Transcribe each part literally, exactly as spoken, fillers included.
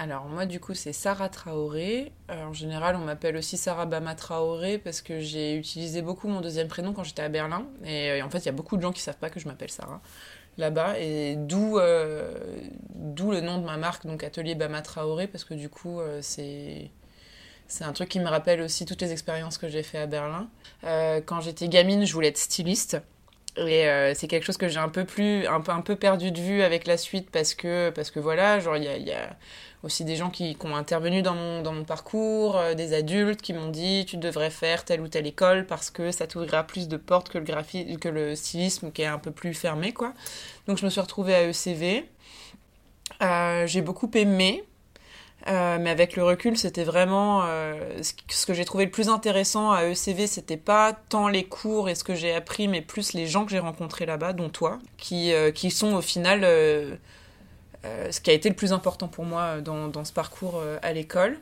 Alors moi du coup c'est Sarah Traoré. Euh, en général on m'appelle aussi Sarah Bama Traoré parce que j'ai utilisé beaucoup mon deuxième prénom quand j'étais à Berlin. Et, euh, en fait il y a beaucoup de gens qui savent pas que je m'appelle Sarah là-bas. Et d'où, euh, d'où le nom de ma marque, donc Atelier Bama Traoré, parce que du coup euh, c'est... C'est un truc qui me rappelle aussi toutes les expériences que j'ai fait à Berlin. Euh, quand j'étais gamine, je voulais être styliste. Et euh, c'est quelque chose que j'ai un peu plus, un peu, un peu perdu de vue avec la suite parce que, parce que voilà, genre il y a, y a aussi des gens qui, qui ont intervenu dans mon, dans mon parcours, euh, des adultes qui m'ont dit tu devrais faire telle ou telle école parce que ça t'ouvrira plus de portes que le graphisme, que le stylisme qui est un peu plus fermé, quoi. Donc je me suis retrouvée à E C V. Euh, j'ai beaucoup aimé. Euh, mais avec le recul, c'était vraiment euh, ce que j'ai trouvé le plus intéressant à E C V, c'était pas tant les cours et ce que j'ai appris, mais plus les gens que j'ai rencontrés là-bas, dont toi, qui, euh, qui sont au final euh, euh, ce qui a été le plus important pour moi dans, dans ce parcours euh, à l'école.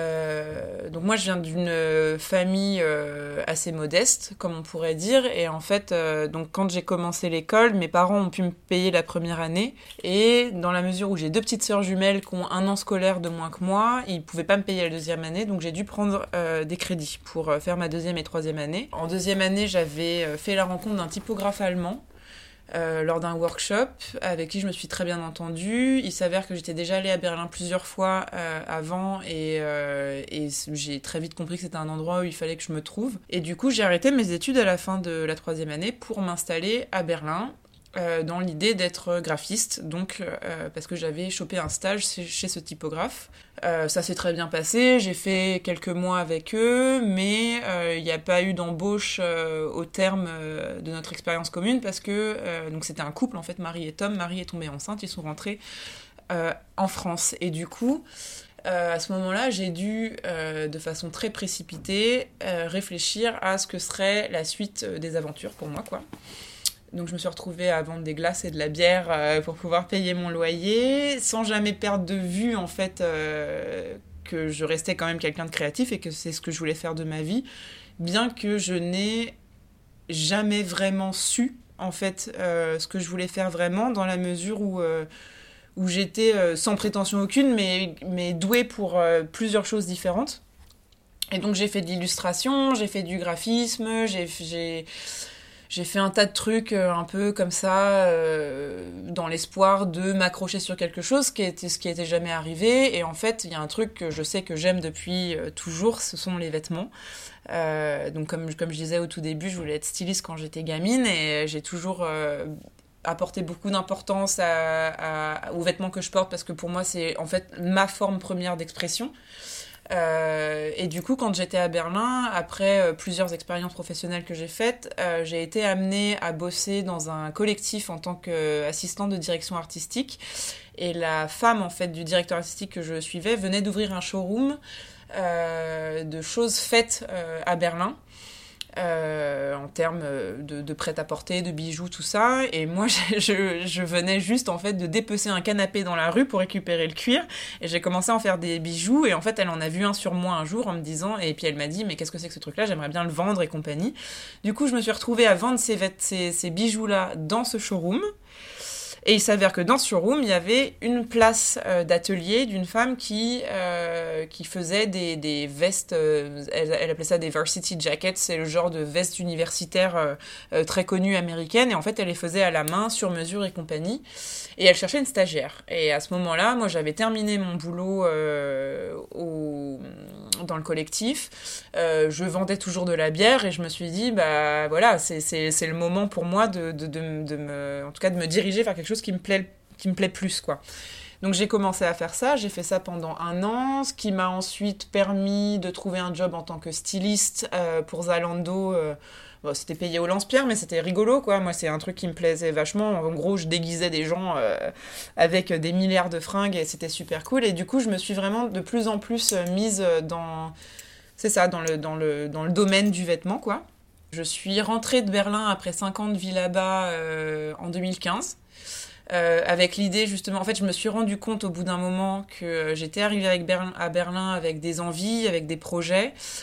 Euh, donc moi, je viens d'une famille euh, assez modeste, comme on pourrait dire, et en fait, euh, donc quand j'ai commencé l'école, mes parents ont pu me payer la première année, et dans la mesure où j'ai deux petites sœurs jumelles qui ont un an scolaire de moins que moi, ils pouvaient pas me payer la deuxième année, donc j'ai dû prendre euh, des crédits pour euh, faire ma deuxième et troisième année. En deuxième année, j'avais euh, fait la rencontre d'un typographe allemand, Euh, lors d'un workshop avec qui je me suis très bien entendue. Il s'avère que j'étais déjà allée à Berlin plusieurs fois euh, avant et, euh, et j'ai très vite compris que c'était un endroit où il fallait que je me trouve. Et du coup, j'ai arrêté mes études à la fin de la troisième année pour m'installer à Berlin. Euh, dans l'idée d'être graphiste, donc euh, parce que j'avais chopé un stage chez ce typographe. Euh, ça s'est très bien passé, j'ai fait quelques mois avec eux, mais il euh, n'y a pas eu d'embauche euh, au terme euh, de notre expérience commune parce que euh, donc c'était un couple en fait, Marie et Tom. Marie est tombée enceinte, ils sont rentrés euh, en France et du coup euh, à ce moment-là, j'ai dû, euh, de façon très précipitée, euh, réfléchir à ce que serait la suite des aventures pour moi, quoi. Donc je me suis retrouvée à vendre des glaces et de la bière euh, pour pouvoir payer mon loyer, sans jamais perdre de vue en fait euh, que je restais quand même quelqu'un de créatif et que c'est ce que je voulais faire de ma vie, bien que je n'ai jamais vraiment su en fait euh, ce que je voulais faire vraiment, dans la mesure où, euh, où j'étais euh, sans prétention aucune, mais, mais douée pour euh, plusieurs choses différentes. Et donc j'ai fait de l'illustration, j'ai fait du graphisme, j'ai... j'ai J'ai fait un tas de trucs euh, un peu comme ça, euh, dans l'espoir de m'accrocher sur quelque chose, ce qui était, ce qui était jamais arrivé. Et en fait, il y a un truc que je sais que j'aime depuis euh, toujours, ce sont les vêtements. Euh, donc comme, comme je disais au tout début, je voulais être styliste quand j'étais gamine et j'ai toujours euh, apporté beaucoup d'importance à, à, aux vêtements que je porte parce que pour moi, c'est en fait ma forme première d'expression. Euh, et du coup, quand j'étais à Berlin, après euh, plusieurs expériences professionnelles que j'ai faites, euh, j'ai été amenée à bosser dans un collectif en tant qu'assistante de direction artistique. Et la femme, en fait, du directeur artistique que je suivais venait d'ouvrir un showroom euh, de choses faites euh, à Berlin. Euh, en termes de, de prêt-à-porter, de bijoux, tout ça. Et moi, je, je, je venais juste, en fait, de dépecer un canapé dans la rue pour récupérer le cuir. Et j'ai commencé à en faire des bijoux. Et en fait, elle en a vu un sur moi un jour en me disant... Et puis elle m'a dit, mais qu'est-ce que c'est que ce truc-là ? J'aimerais bien le vendre et compagnie. Du coup, je me suis retrouvée à vendre ces, ces, ces bijoux-là dans ce showroom. Et il s'avère que dans ce showroom, il y avait une place euh, d'atelier d'une femme qui, euh, qui faisait des, des vestes, euh, elle, elle appelait ça des varsity jackets, c'est le genre de veste universitaire euh, euh, très connue américaine, et en fait elle les faisait à la main, sur mesure et compagnie, et elle cherchait une stagiaire. Et à ce moment-là, moi j'avais terminé mon boulot euh, au, dans le collectif, euh, je vendais toujours de la bière, et je me suis dit, bah voilà, c'est, c'est, c'est le moment pour moi de, de, de, de me, en tout cas de me diriger vers quelque chose qui me plaît, qui me plaît plus, quoi. Donc j'ai commencé à faire ça, j'ai fait ça pendant un an, ce qui m'a ensuite permis de trouver un job en tant que styliste euh, pour Zalando. Euh, bon, c'était payé au lance-pierre, mais c'était rigolo, quoi. Moi, c'est un truc qui me plaisait vachement. En gros, je déguisais des gens euh, avec des milliards de fringues et c'était super cool. Et du coup, je me suis vraiment de plus en plus mise dans... C'est ça, dans le, dans le, dans le domaine du vêtement, quoi. Je suis rentrée de Berlin après cinq ans de vie là-bas euh, en deux mille quinze. Euh, avec l'idée justement, en fait je me suis rendu compte au bout d'un moment que j'étais arrivée avec Berlin, à Berlin avec des envies, avec des projets,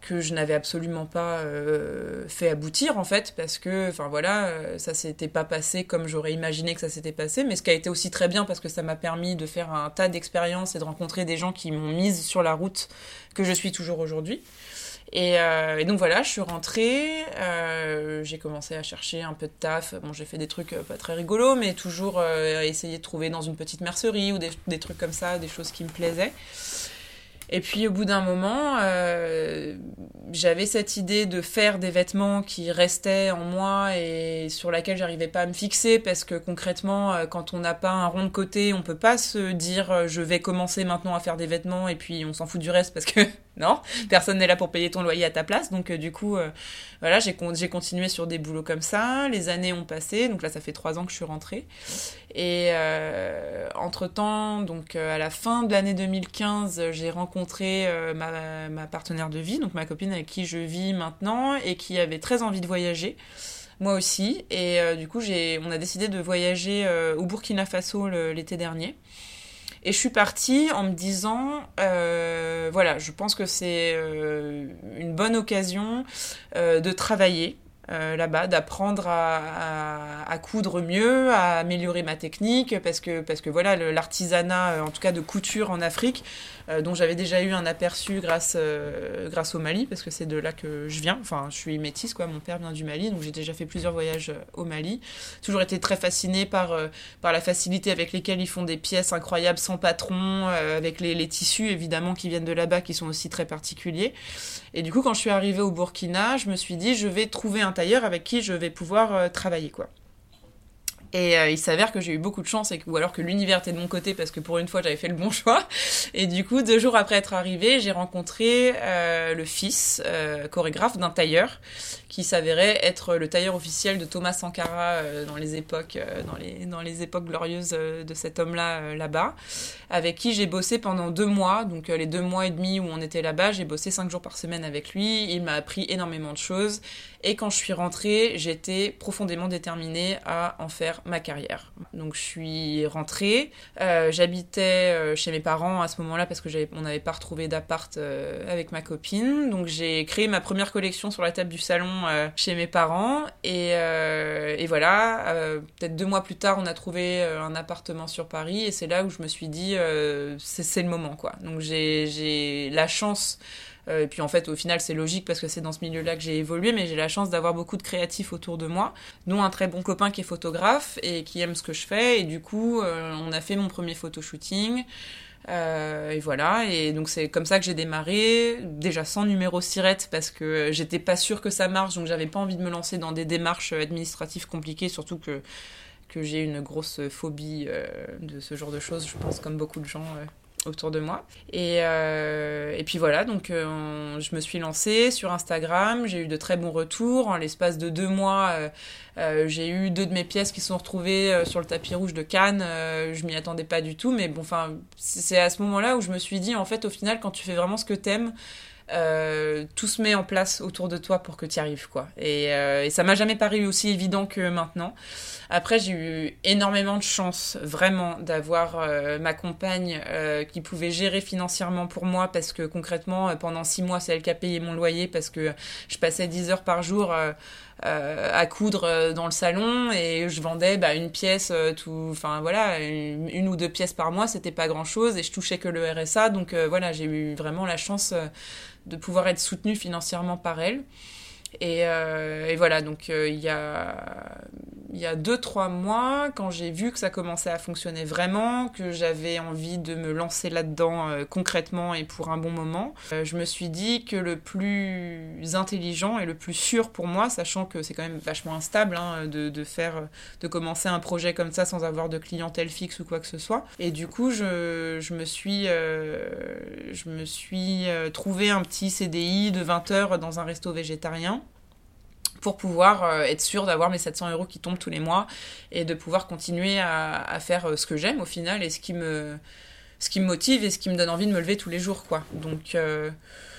que je n'avais absolument pas euh, fait aboutir en fait, parce que enfin voilà, euh, ça s'était pas passé comme j'aurais imaginé que ça s'était passé, mais ce qui a été aussi très bien parce que ça m'a permis de faire un tas d'expériences et de rencontrer des gens qui m'ont mise sur la route que je suis toujours aujourd'hui. Et, euh, et donc voilà, je suis rentrée, euh, j'ai commencé à chercher un peu de taf. Bon, j'ai fait des trucs euh, pas très rigolos, mais toujours euh, essayer de trouver dans une petite mercerie ou des, des trucs comme ça, des choses qui me plaisaient. Et puis au bout d'un moment, euh, j'avais cette idée de faire des vêtements qui restaient en moi et sur laquelle j'arrivais pas à me fixer parce que concrètement, euh, quand on n'a pas un rond de côté, on peut pas se dire euh, je vais commencer maintenant à faire des vêtements et puis on s'en fout du reste parce que non, personne n'est là pour payer ton loyer à ta place. Donc euh, du coup, euh, voilà, j'ai, con- j'ai continué sur des boulots comme ça. Les années ont passé, donc là ça fait trois ans que je suis rentrée. Et euh, entre-temps, donc euh, à la fin de l'année deux mille quinze, j'ai rencontré euh, ma, ma partenaire de vie, donc ma copine avec qui je vis maintenant et qui avait très envie de voyager. Moi aussi. Et euh, du coup, j'ai, on a décidé de voyager euh, au Burkina Faso le, l'été dernier. Et je suis partie en me disant, euh, voilà, je pense que c'est euh, une bonne occasion euh, de travailler. Euh, là-bas, d'apprendre à, à, à coudre mieux, à améliorer ma technique, parce que, parce que voilà, le, l'artisanat, euh, en tout cas de couture en Afrique, euh, dont j'avais déjà eu un aperçu grâce, euh, grâce au Mali, parce que c'est de là que je viens, enfin je suis métisse, quoi, mon père vient du Mali, donc j'ai déjà fait plusieurs voyages au Mali, toujours été très fascinée par, euh, par la facilité avec lesquelles ils font des pièces incroyables sans patron, euh, avec les, les tissus évidemment qui viennent de là-bas, qui sont aussi très particuliers. Et du coup, quand je suis arrivée au Burkina, je me suis dit, je vais trouver un tailleur avec qui je vais pouvoir euh, travailler, quoi. Et euh, il s'avère que j'ai eu beaucoup de chance, et que, ou alors que l'univers était de mon côté, parce que pour une fois, j'avais fait le bon choix. Et du coup, deux jours après être arrivée, j'ai rencontré euh, le fils, euh, chorégraphe d'un tailleur, qui s'avérait être le tailleur officiel de Thomas Sankara euh, dans les époques, euh, dans les, dans les époques glorieuses euh, de cet homme-là, euh, là-bas, avec qui j'ai bossé pendant deux mois. Donc euh, les deux mois et demi où on était là-bas, j'ai bossé cinq jours par semaine avec lui. Il m'a appris énormément de choses. Et quand je suis rentrée, j'étais profondément déterminée à en faire ma carrière. Donc je suis rentrée, euh, j'habitais euh, chez mes parents à ce moment-là parce que j'avais, on n'avait pas retrouvé d'appart euh, avec ma copine. Donc j'ai créé ma première collection sur la table du salon euh, chez mes parents. Et, euh, et voilà, euh, peut-être deux mois plus tard, on a trouvé euh, un appartement sur Paris. Et c'est là où je me suis dit, euh, c'est, c'est le moment, quoi. Donc j'ai, j'ai la chance... Euh, et puis en fait, au final, c'est logique parce que c'est dans ce milieu-là que j'ai évolué, mais j'ai la chance d'avoir beaucoup de créatifs autour de moi, dont un très bon copain qui est photographe et qui aime ce que je fais. Et du coup, euh, on a fait mon premier photoshooting. Euh, et voilà, et donc c'est comme ça que j'ai démarré, déjà sans numéro SIRET parce que j'étais pas sûre que ça marche, donc j'avais pas envie de me lancer dans des démarches administratives compliquées, surtout que, que j'ai une grosse phobie euh, de ce genre de choses, je pense, comme beaucoup de gens euh, autour de moi. Et, euh, et puis voilà, donc euh, on, je me suis lancée sur Instagram, j'ai eu de très bons retours. En l'espace de deux mois, euh, euh, j'ai eu deux de mes pièces qui sont retrouvées euh, sur le tapis rouge de Cannes. Euh, je m'y attendais pas du tout, mais bon, enfin, c'est à ce moment-là où je me suis dit, en fait, au final, quand tu fais vraiment ce que t'aimes, Euh, tout se met en place autour de toi pour que tu y arrives, quoi. Et, euh, et ça m'a jamais paru aussi évident que maintenant. Après, j'ai eu énormément de chance, vraiment, d'avoir euh, ma compagne euh, qui pouvait gérer financièrement pour moi, parce que concrètement, pendant six mois, c'est elle qui a payé mon loyer, parce que je passais dix heures par jour euh, euh, à coudre dans le salon, et je vendais bah, une pièce, euh, tout, enfin voilà, une, une ou deux pièces par mois, c'était pas grand-chose, et je touchais que le R S A, donc euh, voilà, j'ai eu vraiment la chance euh, de pouvoir être soutenue financièrement par elle. Et, euh, et voilà, donc il euh, y a il y a deux trois mois, quand j'ai vu que ça commençait à fonctionner vraiment, que j'avais envie de me lancer là-dedans euh, concrètement et pour un bon moment, euh, je me suis dit que le plus intelligent et le plus sûr pour moi, sachant que c'est quand même vachement instable hein, de, de faire, de commencer un projet comme ça sans avoir de clientèle fixe ou quoi que ce soit. Et du coup, je, je me suis, euh, je me suis euh, trouvé un petit C D I de vingt heures dans un resto végétarien, pour pouvoir euh, être sûre d'avoir mes sept cents euros qui tombent tous les mois et de pouvoir continuer à, à faire euh, ce que j'aime au final et ce qui me, ce qui me motive et ce qui me donne envie de me lever tous les jours, quoi. Donc, euh,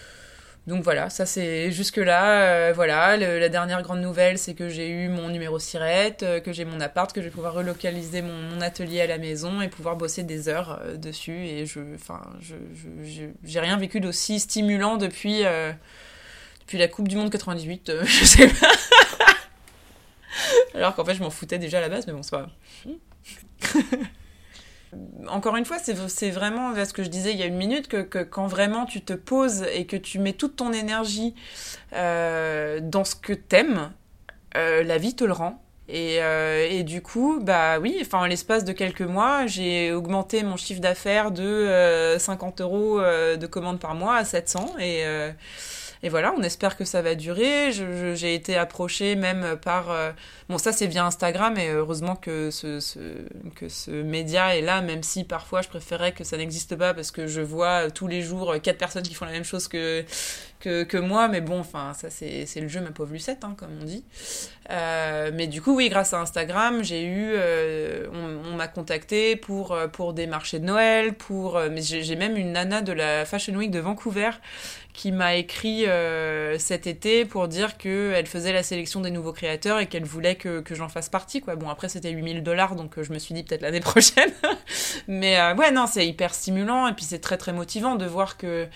donc voilà, ça c'est jusque-là. Euh, voilà, le, la dernière grande nouvelle, c'est que j'ai eu mon numéro SIRET, euh, que j'ai mon appart, que je vais pouvoir relocaliser mon, mon atelier à la maison et pouvoir bosser des heures euh, dessus. Et je, enfin, je, je, je, j'ai rien vécu d'aussi stimulant depuis... Euh, Puis la Coupe du Monde quatre-vingt-dix-huit, euh, je sais pas. Alors qu'en fait, je m'en foutais déjà à la base, mais bon, c'est pas grave. Encore une fois, c'est, c'est vraiment ce que je disais il y a une minute, que, que quand vraiment tu te poses et que tu mets toute ton énergie euh, dans ce que t'aimes, euh, la vie te le rend. Et, euh, et du coup, bah oui, enfin, en l'espace de quelques mois, j'ai augmenté mon chiffre d'affaires de euh, cinquante euros euh, de commandes par mois à sept cents. Et, euh, et voilà, on espère que ça va durer. Je, je, j'ai été approchée même par... Euh, bon, ça, c'est via Instagram, et heureusement que ce, ce, que ce média est là, même si parfois je préférais que ça n'existe pas, parce que je vois tous les jours quatre personnes qui font la même chose que, que, que moi. Mais bon, enfin, ça, c'est, c'est le jeu, ma pauvre Lucette, hein, comme on dit. Euh, mais du coup, oui, grâce à Instagram, j'ai eu... Euh, on, on m'a contacté pour, pour des marchés de Noël, pour... Mais j'ai, j'ai même une nana de la Fashion Week de Vancouver qui m'a écrit euh, cet été pour dire qu'elle faisait la sélection des nouveaux créateurs et qu'elle voulait que, que j'en fasse partie, quoi. Bon, après, c'était huit mille dollars, donc euh, je me suis dit peut-être l'année prochaine. Mais euh, ouais, non, c'est hyper stimulant, et puis c'est très, très motivant de voir que...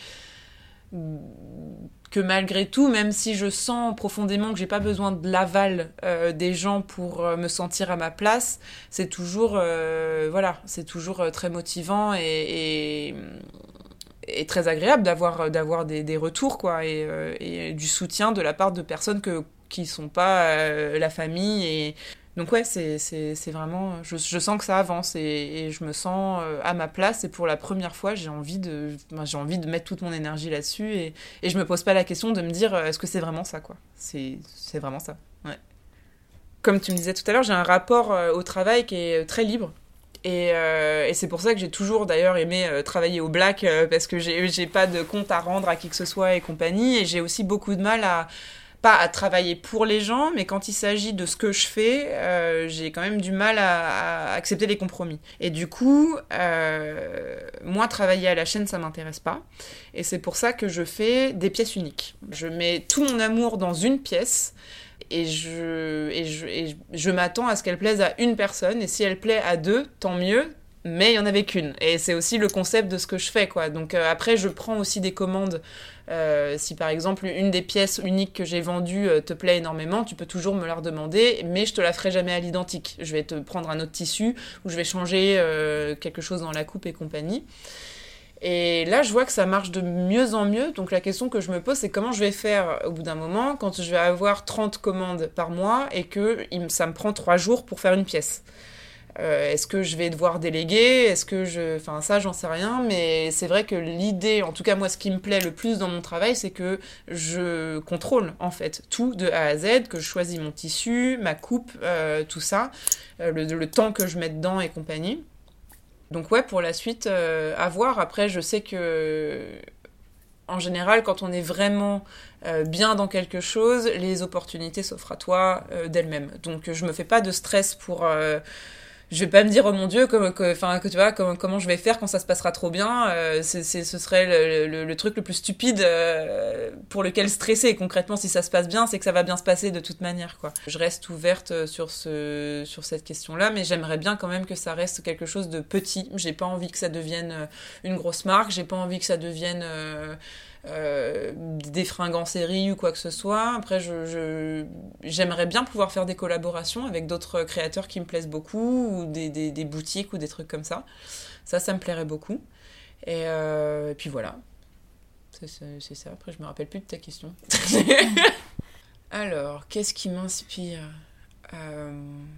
que malgré tout, même si je sens profondément que j'ai pas besoin de l'aval euh, des gens pour euh, me sentir à ma place, c'est toujours, euh, voilà, c'est toujours euh, très motivant et... et et très agréable d'avoir d'avoir des, des retours, quoi, et, euh, et du soutien de la part de personnes que qui sont pas euh, la famille. Et donc ouais, c'est c'est c'est vraiment, je, je sens que ça avance, et, et je me sens euh, à ma place, et pour la première fois j'ai envie de ben, j'ai envie de mettre toute mon énergie là-dessus, et et je me pose pas la question de me dire euh, est-ce que c'est vraiment ça, quoi. C'est c'est vraiment ça. Ouais. Comme tu me disais tout à l'heure, j'ai un rapport euh, au travail qui est très libre. Et, euh, et c'est pour ça que j'ai toujours d'ailleurs aimé euh, travailler au black, euh, parce que j'ai, j'ai pas de compte à rendre à qui que ce soit et compagnie. Et j'ai aussi beaucoup de mal à, pas à travailler pour les gens, mais quand il s'agit de ce que je fais, euh, j'ai quand même du mal à, à accepter les compromis. Et du coup, euh, moi, travailler à la chaîne, ça m'intéresse pas. Et c'est pour ça que je fais des pièces uniques. Je mets tout mon amour dans une pièce. Et je, et, je, et je m'attends à ce qu'elle plaise à une personne, et si elle plaît à deux, tant mieux, mais il n'y en avait qu'une. Et c'est aussi le concept de ce que je fais, quoi. Donc euh, après, je prends aussi des commandes. Euh, si par exemple, une des pièces uniques que j'ai vendues euh, te plaît énormément, tu peux toujours me la redemander, mais je te la ferai jamais à l'identique. Je vais te prendre un autre tissu, ou je vais changer euh, quelque chose dans la coupe et compagnie. Et là, je vois que ça marche de mieux en mieux. Donc la question que je me pose, c'est comment je vais faire au bout d'un moment quand je vais avoir trente commandes par mois et que ça me prend trois jours pour faire une pièce. Euh, est-ce que je vais devoir déléguer ? Est-ce que je... Enfin, ça, j'en sais rien. Mais c'est vrai que l'idée, en tout cas, moi, ce qui me plaît le plus dans mon travail, c'est que je contrôle, en fait, tout de A à Z, que je choisis mon tissu, ma coupe, euh, tout ça, euh, le, le temps que je mets dedans et compagnie. Donc ouais, pour la suite, euh, à voir. Après, je sais que, en général, quand on est vraiment euh, bien dans quelque chose, les opportunités s'offrent à toi euh, d'elles-mêmes. Donc je me fais pas de stress pour... Euh, je vais pas me dire, oh mon Dieu, comme, que, enfin, que tu vois, comme, comment je vais faire quand ça se passera trop bien. Euh, c'est, c'est, ce serait le, le, le truc le plus stupide euh, pour lequel stresser. Concrètement, si ça se passe bien, c'est que ça va bien se passer de toute manière, quoi. Je reste ouverte sur, ce, sur cette question-là, mais j'aimerais bien quand même que ça reste quelque chose de petit. J'ai pas envie que ça devienne une grosse marque, j'ai pas envie que ça devienne... Euh, Euh, des fringues en série ou quoi que ce soit. Après, je, je, j'aimerais bien pouvoir faire des collaborations avec d'autres créateurs qui me plaisent beaucoup, ou des, des, des boutiques ou des trucs comme ça. Ça, ça me plairait beaucoup. Et, euh, et puis voilà. C'est, c'est, c'est ça. Après, je me rappelle plus de ta question. Alors, qu'est-ce qui m'inspire ? euh...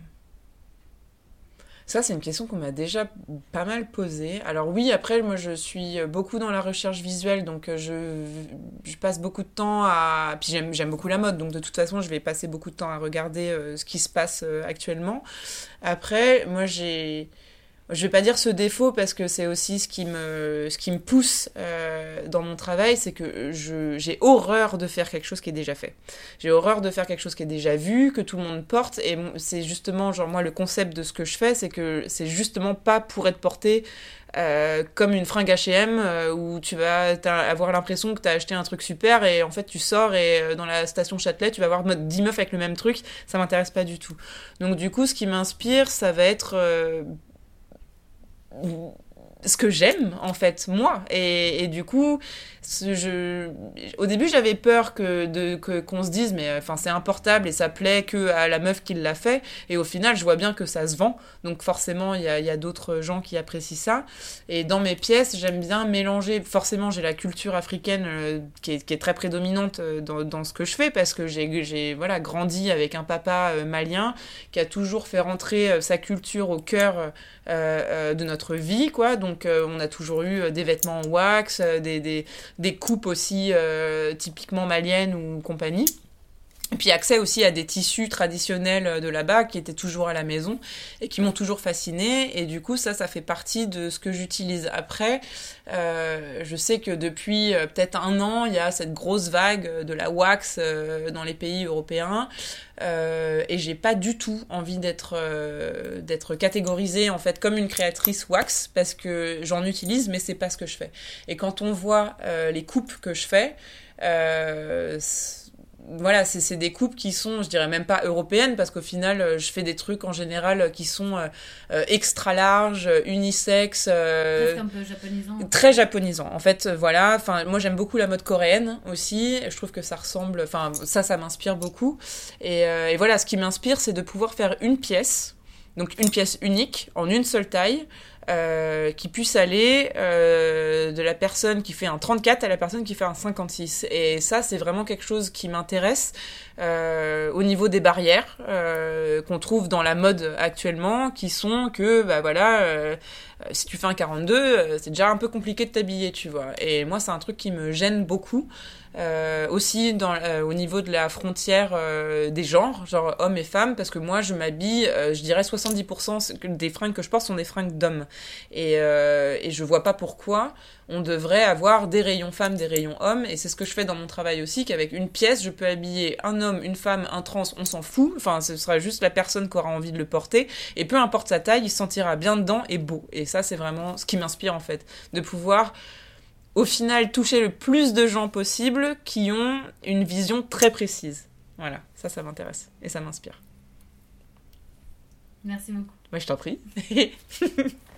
Ça, c'est une question qu'on m'a déjà pas mal posée. Alors oui, après, moi, je suis beaucoup dans la recherche visuelle, donc je, je passe beaucoup de temps à... Puis j'aime, j'aime beaucoup la mode, donc de toute façon, je vais passer beaucoup de temps à regarder euh, ce qui se passe euh, actuellement. Après, moi, j'ai... Je vais pas dire ce défaut, parce que c'est aussi ce qui me, ce qui me pousse euh, dans mon travail, c'est que je, j'ai horreur de faire quelque chose qui est déjà fait. J'ai horreur de faire quelque chose qui est déjà vu, que tout le monde porte, et c'est justement, genre moi, le concept de ce que je fais, c'est que c'est justement pas pour être porté euh, comme une fringue H et M, euh, où tu vas avoir l'impression que t'as acheté un truc super, et en fait tu sors, et euh, dans la station Châtelet, tu vas voir dix meufs avec le même truc, ça m'intéresse pas du tout. Donc du coup, ce qui m'inspire, ça va être... Euh, ce que j'aime en fait moi et, et du coup je, au début j'avais peur que, de, que qu'on se dise mais enfin c'est importable et ça plaît que à la meuf qui l'a fait et au final je vois bien que ça se vend donc forcément il y a, y a d'autres gens qui apprécient ça et dans mes pièces j'aime bien mélanger forcément j'ai la culture africaine euh, qui, est, qui est très prédominante dans, dans ce que je fais parce que j'ai, j'ai voilà, grandi avec un papa euh, malien qui a toujours fait rentrer euh, sa culture au cœur euh, euh, de notre vie quoi donc euh, on a toujours eu des vêtements en wax euh, des, des des coupes aussi euh, typiquement maliennes ou compagnie. Et puis accès aussi à des tissus traditionnels de là-bas qui étaient toujours à la maison et qui m'ont toujours fascinée. Et du coup, ça, ça fait partie de ce que j'utilise. Après, euh, je sais que depuis euh, peut-être un an, il y a cette grosse vague de la wax euh, dans les pays européens. Euh, et j'ai pas du tout envie d'être euh, d'être catégorisée en fait comme une créatrice wax parce que j'en utilise mais c'est pas ce que je fais et quand on voit euh, les coupes que je fais euh, voilà, c'est, c'est des coupes qui sont, je dirais même pas européennes, parce qu'au final, je fais des trucs en général qui sont euh, extra larges, unisex. Euh, Presque un peu japonisant. Très japonisant. En fait, voilà. Enfin, moi, j'aime beaucoup la mode coréenne aussi. Je trouve que ça ressemble. Enfin, ça, ça m'inspire beaucoup. Et, euh, et voilà, ce qui m'inspire, c'est de pouvoir faire une pièce, donc une pièce unique, en une seule taille. Euh, qui puisse aller euh, de la personne qui fait un trente-quatre à la personne qui fait un cinquante-six. Et ça, c'est vraiment quelque chose qui m'intéresse euh, au niveau des barrières euh, qu'on trouve dans la mode actuellement, qui sont que, bah voilà, euh, si tu fais un quarante-deux, euh, c'est déjà un peu compliqué de t'habiller, tu vois. Et moi, c'est un truc qui me gêne beaucoup. Euh, aussi dans, euh, au niveau de la frontière euh, des genres, genre hommes et femmes, parce que moi je m'habille, euh, je dirais soixante-dix pour cent des fringues que je porte sont des fringues d'hommes. Et, euh, et je vois pas pourquoi on devrait avoir des rayons femmes, des rayons hommes, et c'est ce que je fais dans mon travail aussi, qu'avec une pièce, je peux habiller un homme, une femme, un trans, on s'en fout, enfin ce sera juste la personne qui aura envie de le porter, et peu importe sa taille, il se sentira bien dedans et beau. Et ça c'est vraiment ce qui m'inspire en fait, de pouvoir au final toucher le plus de gens possible qui ont une vision très précise. Voilà, ça, ça m'intéresse et ça m'inspire. Merci beaucoup. Moi, je t'en prie.